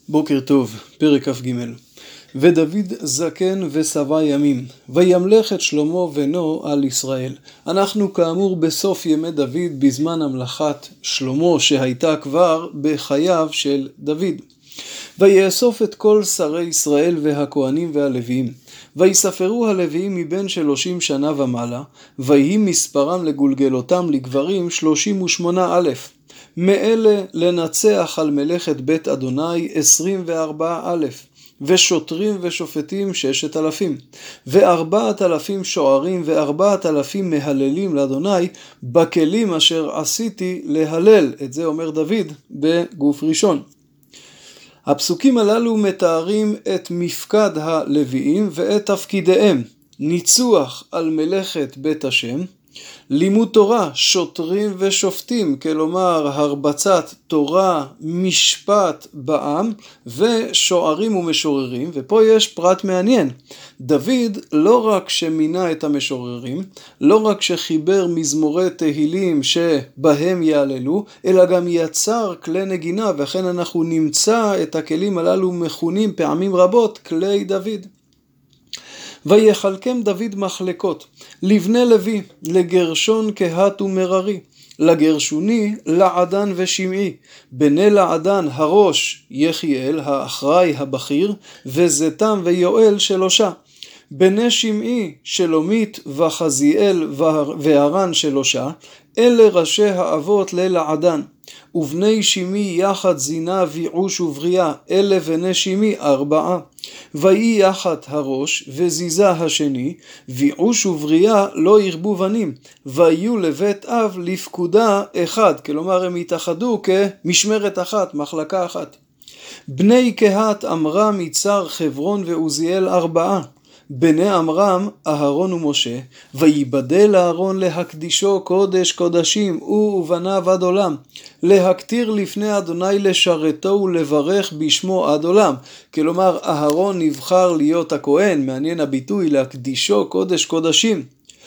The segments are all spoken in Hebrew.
בוקר טוב, פרק כ"ג. ודוד זקן ושבע ימים, וימלך את שלמה בנו על ישראל. אנחנו כאמור בסוף ימי דוד, בזמן המלכת שלמה שהייתה כבר בחייו של דוד. ויאסוף את כל שרי ישראל והכהנים והלוויים. ויספרו הלוויים מבין 30 שנה ומעלה, ויהי מספרם לגולגלותם לגברים 38,000. מאלה לנצח על מלאכת בית אדוני 24,000, ושוטרים ושופטים 6,000, ו4,000 שוערים ו4,000 מהללים לאדוני בכלים אשר עשיתי להלל. את זה אומר דוד בגוף ראשון. הפסוקים הללו מתארים את מפקד הלוויים ואת תפקידיהם: ניצוח על מלאכת בית השם, לימוד תורה, שוטרים ושופטים, כלומר הרבצת תורה, משפט בעם, ושוערים ומשוררים. ופה יש פרט מעניין. דוד לא רק שמינה את המשוררים, לא רק שחיבר מזמורי תהילים שבהם יעללו, אלא גם יצר כלי נגינה, וכן אנחנו נמצא את הכלים הללו מכונים פעמים רבות כלי דוד. ויחלקם דוד מחלקות, לבני לוי, לגרשון, קהת ומררי, לגרשוני, לעדן ושמעי, בני לעדן הראש יחיאל, האחראי הבכיר, וזתם ויואל 3, בני שמעי שלומית וחזיאל והרן 3, אלה ראשי האבות ללעדן. ובני שמעי יחד זינה ויעוש ובריאה, אלה בני שמעי 4. ויהי יחד הראש וזיזה השני, ויעוש ובריאה לא ירבו בנים, ויהיו לבית אב לפקודה אחד, כלומר הם התאחדו כמשמרת אחת, מחלקה אחת. בני קהת עמרם, יצהר, חברון ועוזיאל 4. בני עמרם אהרון ומשה, ויבדל אהרון להקדישו קודש קודשים, הוא ובניו עד עולם, להקטיר לפני אדוני לשרתו ולברך בשמו עד עולם. כלומר אהרון נבחר להיות הכהן, מעניין הביטוי להקדישו קודש קודשים.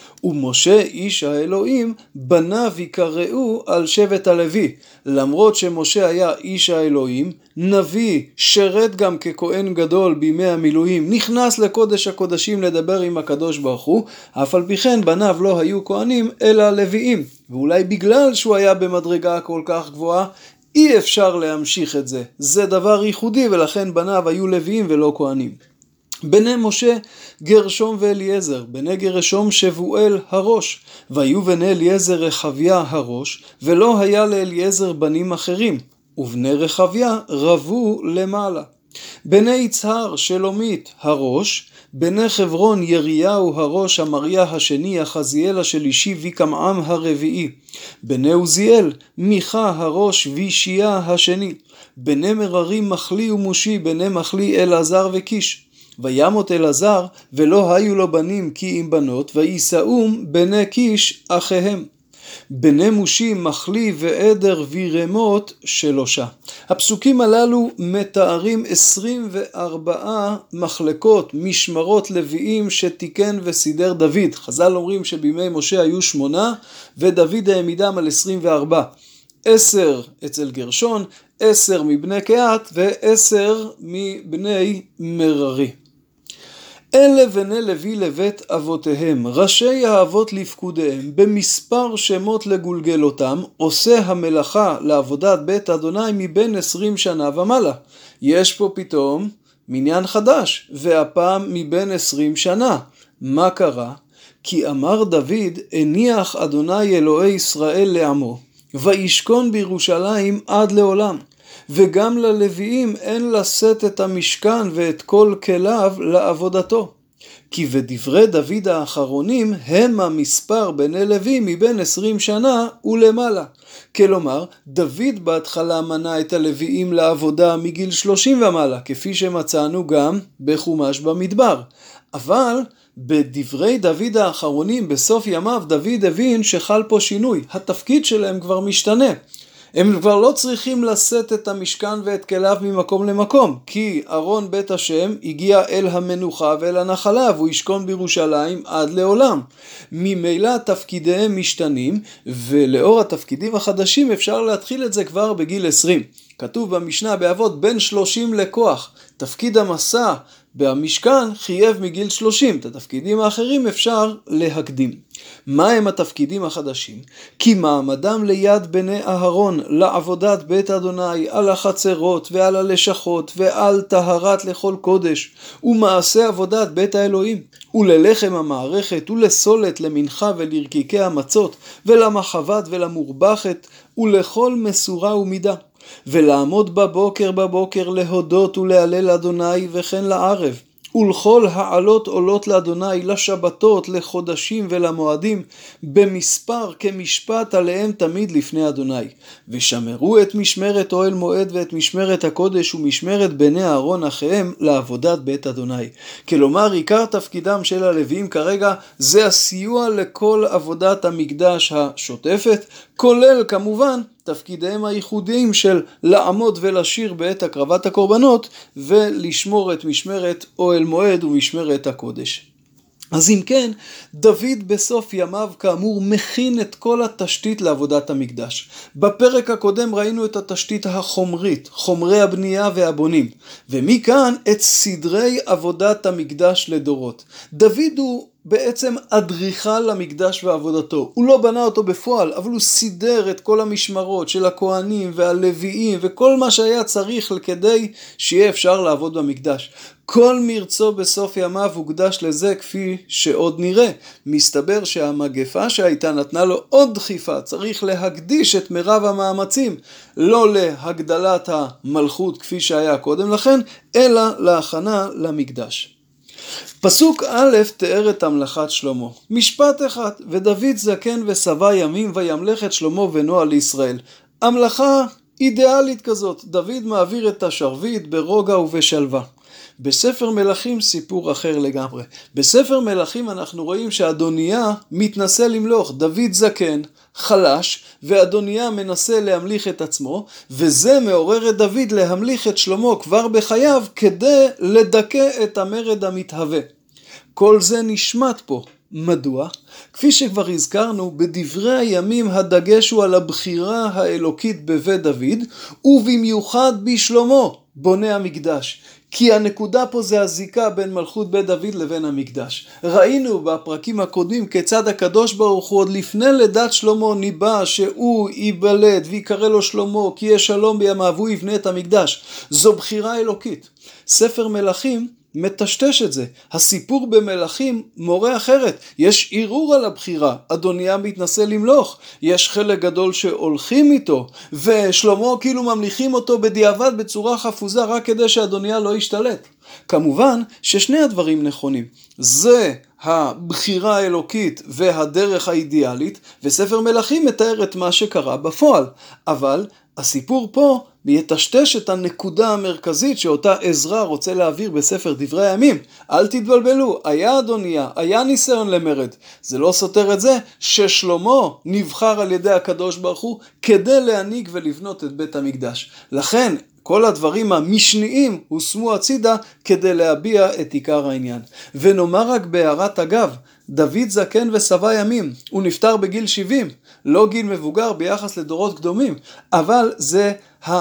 ומשה איש האלוהים בניו יקראו על שבט הלוי. למרות שמשה היה איש האלוהים, נביא, שרת גם ככהן גדול בימי המילואים, נכנס לקודש הקודשים לדבר עם הקדוש ברוך הוא, אף על פי כן בניו לא היו כהנים אלא לוויים. ואולי בגלל שהוא היה במדרגה כל כך גבוהה, אי אפשר להמשיך את זה. זה דבר ייחודי, ולכן בניו היו לוויים ולא כהנים. בני משה גרשום ואליעזר, בני גרשום שבואל הראש, והיו בני אליעזר רחביה הראש, ולא היה לאליעזר בנים אחרים, ובני רחביה רבו למעלה. בני יצהר שלומית הראש, בני חברון יריהו הראש, אמריה השני, החזיאל השלישי, ויקמעם הרביעי. בני עוזיאל מיכה הראש, וישיה השני. בני מררי מחלי ומושי, בני מחלי אלעזר וקיש. וימות אלעזר ולא היו לו בנים כי אם בנות, וישאום בני קיש אחיהם. בני מושי מחלי ועדר וירמות 3. הפסוקים הללו מתארים 24 מחלקות, משמרות לוויים שתיקן וסידר דוד. חז"ל אומרים שבימי משה היו 8 ודוד העמידם על 24. 10 אצל גרשון, 10 מבני קהת ו10 מבני מררי. אלה בני לוי לבית אבותיהם, ראשי האבות לפקודיהם, במספר שמות לגולגלותם, עושה המלאכה לעבודת בית אדוני מבין 20 שנה ומעלה. יש פה פתאום מניין חדש, והפעם מבין 20 שנה. מה קרה? כי אמר דוד, הניח אדוני אלוהי ישראל לעמו, וישכון בירושלים עד לעולם. וגם ללוויים אין לשאת את המשכן ואת כל כליו לעבודתו. כי ודברי דוד האחרונים הם המספר בני לוי מבין 20 שנה ולמעלה. כלומר, דוד בהתחלה מנה את הלוויים לעבודה מגיל 30 ומעלה, כפי שמצאנו גם בחומש במדבר. אבל בדברי דוד האחרונים בסוף ימיו, דוד הבין שחל פה שינוי. התפקיד שלהם כבר משתנה. הם כבר לא צריכים לשאת את המשכן ואת כליו ממקום למקום, כי ארון בית השם הגיע אל המנוחה ואל הנחלה, והוא ישכון בירושלים עד לעולם. ממילא תפקידיהם משתנים, ולאור התפקידים החדשים אפשר להתחיל את זה כבר בגיל 20. כתוב במשנה באבות בין 30 לכוח. תפקיד המסע במשכן חייב מגיל 30, את התפקידים האחרים אפשר להקדים. מה הם התפקידים החדשים? כי מעמדם ליד בני אהרון לעבודת בית אדוני על החצרות ועל הלשכות ועל טהרת לכל קודש ומעשה עבודת בית האלוהים וללחם המערכת ולסולת למנחה ולרקיקי המצות ולמחבת ולמורבכת ולכל מסורה ומידה. ולעמוד בבוקר להודות ולהלל אדוני וכן לערב ולכל העלות עולות לאדוני לשבתות לחודשים ולמועדים במספר כמשפט עליהם תמיד לפני אדוני ושמרו את משמרת אוהל מועד ואת משמרת הקודש ומשמרת בני אהרון אחיהם לעבודת בית אדוני. כלומר עיקר תפקידם של הלוויים כרגע זה הסיוע לכל עבודת המקדש השוטפת, כולל כמובן תפקידיהם הייחודיים של לעמוד ולשיר בעת הקרבת הקורבנות ולשמור את משמרת אוהל מועד ומשמרת הקודש. אז אם כן, דוד בסוף ימיו כאמור מכין את כל התשתית לעבודת המקדש. בפרק הקודם ראינו את התשתית החומרית, חומרי הבנייה והבונים, ומכאן את סדרי עבודת המקדש לדורות. דוד הוא בעצם אדריכל למקדש ועבודתו. הוא לא בנה אותו בפועל, אבל הוא סידר את כל המשמרות של הכהנים והלוויים וכל מה שהיה צריך כדי שיהיה אפשר לעבוד במקדש. כל מרצו בסוף ימיו הוקדש לזה כפי שעוד נראה. מסתבר שהמגפה שהייתה נתנה לו עוד דחיפה, צריך להקדיש את מרב המאמצים, לא להגדלת המלכות כפי שהיה קודם לכן, אלא להכנה למקדש. פסוק א' תיאר את המלכת שלמה. משפט אחד, ודוד זקן ושבע ימים וימלך את שלמה ונוע לישראל. המלכה אידיאלית כזאת, דוד מעביר את השרביט ברוגע ובשלווה. בספר מלכים סיפור אחר לגמרי. בספר מלכים אנחנו רואים שאדוניה מתנסה למלוך. דוד זקן, חלש, ואדוניה מנסה להמליך את עצמו, וזה מעורר את דוד להמליך את שלמה כבר בחייו כדי לדכא את המרד המתהווה. כל זה נשמט פה. מדוע? כפי שכבר הזכרנו, בדברי הימים הדגש הוא על הבחירה האלוקית בבית דוד, ובמיוחד בשלמה, בונה המקדש. כי הנקודה פה זה הזיקה בין מלכות בית דוד לבין המקדש. ראינו בפרקים הקודמים כיצד הקדוש ברוך הוא עוד לפני לידת שלמה ניבא שהוא ייוולד ויקרא לו שלמה כי יש שלום בימיו והוא יבנה את המקדש. זו בחירה אלוקית. ספר מלכים מטשטש את זה. הסיפור במלכים מורה אחרת. יש ערעור על הבחירה. אדוניה מתנסה למלוך. יש חלק גדול שהולכים איתו. ושלמה כאילו ממליכים אותו בדיעבד בצורה חפוזה רק כדי שאדוניה לא ישתלט. כמובן ששני הדברים נכונים. זה הבחירה האלוקית והדרך האידיאלית, וספר מלכים מתאר את מה שקרה בפועל. אבל הסיפור פה יטשטש את הנקודה המרכזית שאותה עזרא רוצה להעביר בספר דברי הימים. אל תתבלבלו, היה אדוניה, היה ניסיון למרד. זה לא סותר את זה ששלמה נבחר על ידי הקדוש ברוך הוא כדי להנהיג ולבנות את בית המקדש. לכן כל הדברים המשניים הושמו הצידה כדי להביע את עיקר העניין. ונאמר רק בהערת אגב, דוד זקן ושבע ימים, הוא נפטר בגיל 70, לא גיל מבוגר ביחס לדורות קדומים, אבל זה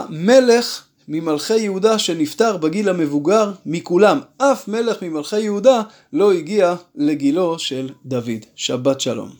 המלך ממלכי יהודה שנפטר בגיל המבוגר מכולם. אף מלך ממלכי יהודה לא הגיע לגילו של דוד. שבת שלום.